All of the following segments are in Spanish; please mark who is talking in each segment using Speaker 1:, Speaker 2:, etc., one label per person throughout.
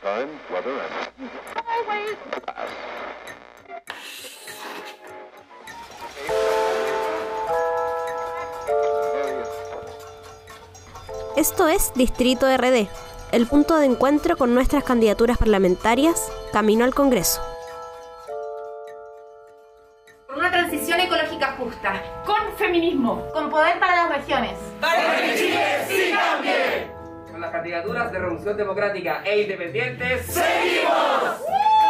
Speaker 1: time, weather, and highways.
Speaker 2: Esto es Distrito RD, el punto de encuentro con nuestras candidaturas parlamentarias camino al Congreso.
Speaker 3: Con una transición ecológica justa, con feminismo, con poder para las regiones.
Speaker 4: ¡Para que Chile sí cambie!
Speaker 5: Con las candidaturas de Revolución Democrática e Independientes,
Speaker 4: ¡seguimos!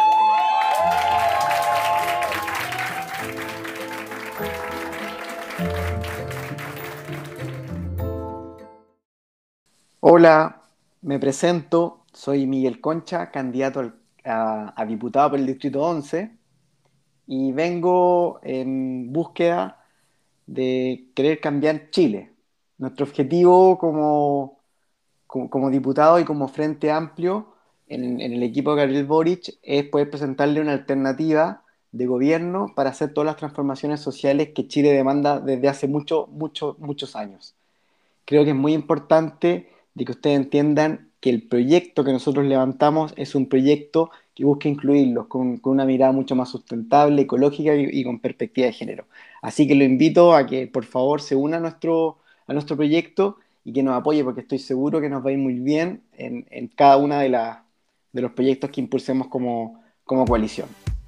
Speaker 6: Hola, me presento, soy Miguel Concha, candidato a diputado por el Distrito 11 y vengo en búsqueda de querer cambiar Chile. Nuestro objetivo como diputado y como Frente Amplio en el equipo de Gabriel Boric es poder presentarle una alternativa de gobierno para hacer todas las transformaciones sociales que Chile demanda desde hace muchos años. Creo que es muy importante de que ustedes entiendan que el proyecto que nosotros levantamos es un proyecto que busca incluirlos con una mirada mucho más sustentable, ecológica y con perspectiva de género. Así que lo invito a que por favor se una a nuestro proyecto y que nos apoye, porque estoy seguro que nos va a ir muy bien en cada una de los proyectos que impulsemos como coalición.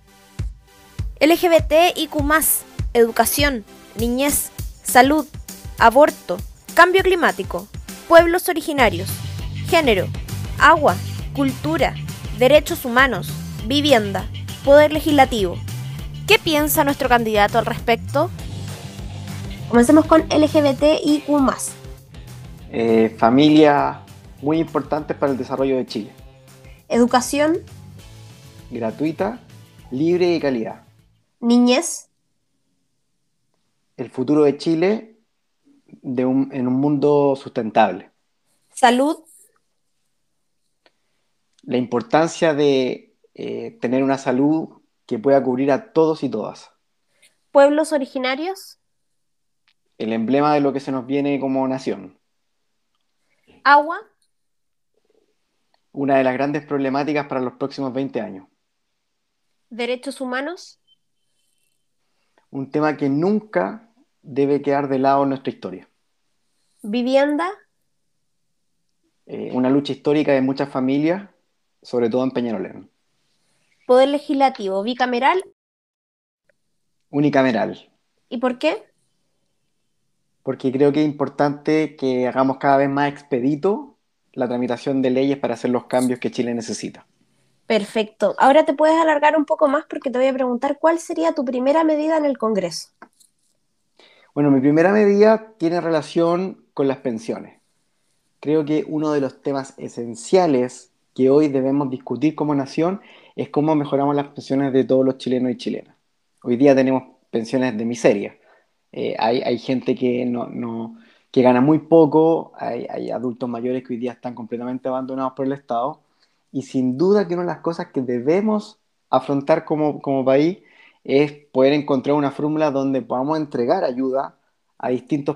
Speaker 2: LGBTIQ+, educación, niñez, salud, aborto, cambio climático, pueblos originarios, género, agua, cultura, derechos humanos, vivienda, poder legislativo. ¿Qué piensa nuestro candidato al respecto? Comencemos con LGBTIQ+.
Speaker 6: Familias muy importantes para el desarrollo de Chile.
Speaker 2: Educación,
Speaker 6: Gratuita, libre y de calidad.
Speaker 2: niñez,
Speaker 6: El futuro de Chile en un mundo sustentable.
Speaker 2: salud,
Speaker 6: La importancia de tener una salud que pueda cubrir a todos y todas.
Speaker 2: pueblos originarios,
Speaker 6: El emblema de lo que se nos viene como nación.
Speaker 2: agua,
Speaker 6: Una de las grandes problemáticas para los próximos 20 años.
Speaker 2: derechos humanos,
Speaker 6: Un tema que nunca debe quedar de lado en nuestra historia.
Speaker 2: vivienda,
Speaker 6: Una lucha histórica de muchas familias, sobre todo en Peñalolén.
Speaker 2: poder legislativo, bicameral.
Speaker 6: Unicameral.
Speaker 2: ¿Y por qué?
Speaker 6: Porque creo que es importante que hagamos cada vez más expedito la tramitación de leyes para hacer los cambios que Chile necesita.
Speaker 2: Perfecto. Ahora te puedes alargar un poco más porque te voy a preguntar cuál sería tu primera medida en el Congreso.
Speaker 6: Bueno, mi primera medida tiene relación con las pensiones. Creo que uno de los temas esenciales que hoy debemos discutir como nación es cómo mejoramos las pensiones de todos los chilenos y chilenas. Hoy día tenemos pensiones de miseria. Hay gente que gana muy poco, hay adultos mayores que hoy día están completamente abandonados por el Estado, y sin duda que una de las cosas que debemos afrontar como país es poder encontrar una fórmula donde podamos entregar ayuda a distintos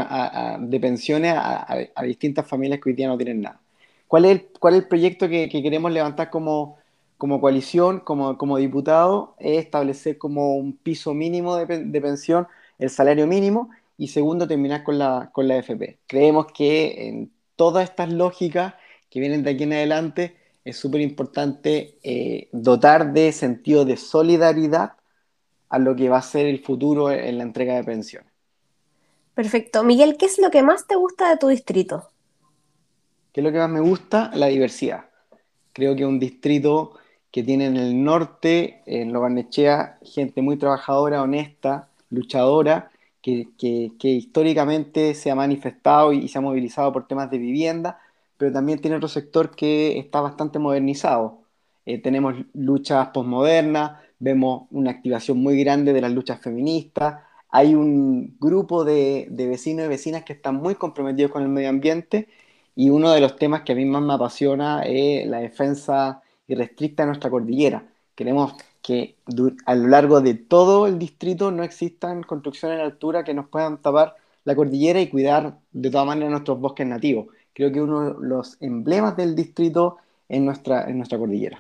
Speaker 6: de pensiones a distintas familias que hoy día no tienen nada. ¿Cuál es el proyecto que queremos levantar como coalición, como diputado? Es establecer como un piso mínimo de pensión, el salario mínimo, y segundo, terminar con la AFP. Creemos que en todas estas lógicas que vienen de aquí en adelante es súper importante dotar de sentido de solidaridad a lo que va a ser el futuro en la entrega de pensiones.
Speaker 2: Perfecto. Miguel, ¿qué es lo que más te gusta de tu distrito?
Speaker 6: ¿Qué es lo que más me gusta? La diversidad. Creo que es un distrito que tiene en el norte, en Lo Barnechea, gente muy trabajadora, honesta, luchadora, que históricamente se ha manifestado y se ha movilizado por temas de vivienda, pero también tiene otro sector que está bastante modernizado. Tenemos luchas posmodernas, vemos una activación muy grande de las luchas feministas, hay un grupo de vecinos y vecinas que están muy comprometidos con el medio ambiente, y uno de los temas que a mí más me apasiona es la defensa irrestricta de nuestra cordillera. Queremos que a lo largo de todo el distrito no existan construcciones en altura que nos puedan tapar la cordillera y cuidar de todas maneras nuestros bosques nativos. Creo que uno de los emblemas del distrito en nuestra cordillera.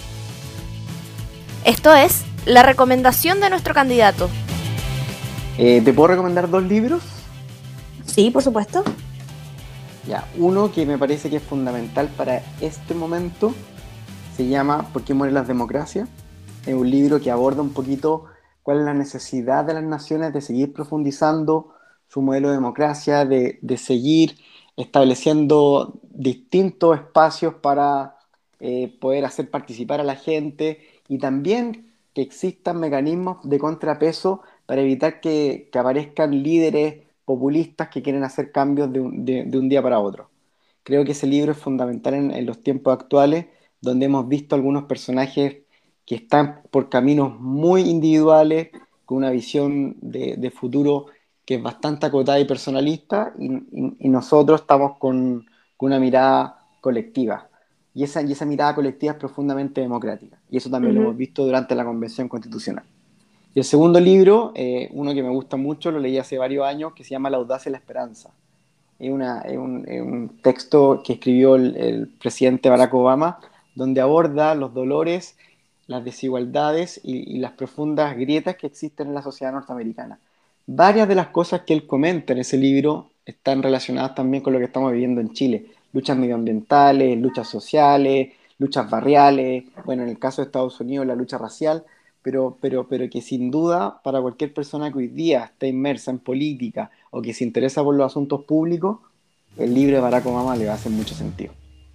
Speaker 2: Esto es la recomendación de nuestro candidato.
Speaker 6: ¿Te puedo recomendar 2 libros?
Speaker 2: Sí, por supuesto.
Speaker 6: Ya, uno que me parece que es fundamental para este momento se llama ¿Por qué mueren las democracias? Es un libro que aborda un poquito cuál es la necesidad de las naciones de seguir profundizando su modelo de democracia, de seguir estableciendo distintos espacios para poder hacer participar a la gente y también que existan mecanismos de contrapeso para evitar que aparezcan líderes populistas que quieren hacer cambios de un día para otro. Creo que ese libro es fundamental en los tiempos actuales, donde hemos visto algunos personajes que están por caminos muy individuales, con una visión de futuro que es bastante acotada y personalista, y nosotros estamos con una mirada colectiva. Y esa mirada colectiva es profundamente democrática. Y eso también lo hemos visto durante la Convención Constitucional. Y el segundo libro, uno que me gusta mucho, lo leí hace varios años, que se llama La audacia y la esperanza. Es un texto que escribió el presidente Barack Obama, donde aborda los dolores, las desigualdades y las profundas grietas que existen en la sociedad norteamericana. Varias de las cosas que él comenta en ese libro están relacionadas también con lo que estamos viviendo en Chile. Luchas medioambientales, luchas sociales, luchas barriales, bueno, en el caso de Estados Unidos la lucha racial, pero que sin duda para cualquier persona que hoy día esté inmersa en política o que se interesa por los asuntos públicos, el libro de Barack Obama le va a hacer mucho sentido.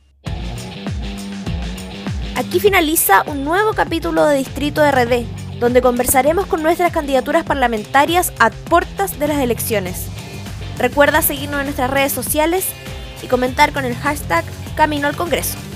Speaker 2: Aquí finaliza un nuevo capítulo de Distrito RD, donde conversaremos con nuestras candidaturas parlamentarias a puertas de las elecciones. Recuerda seguirnos en nuestras redes sociales y comentar con el hashtag Camino al Congreso.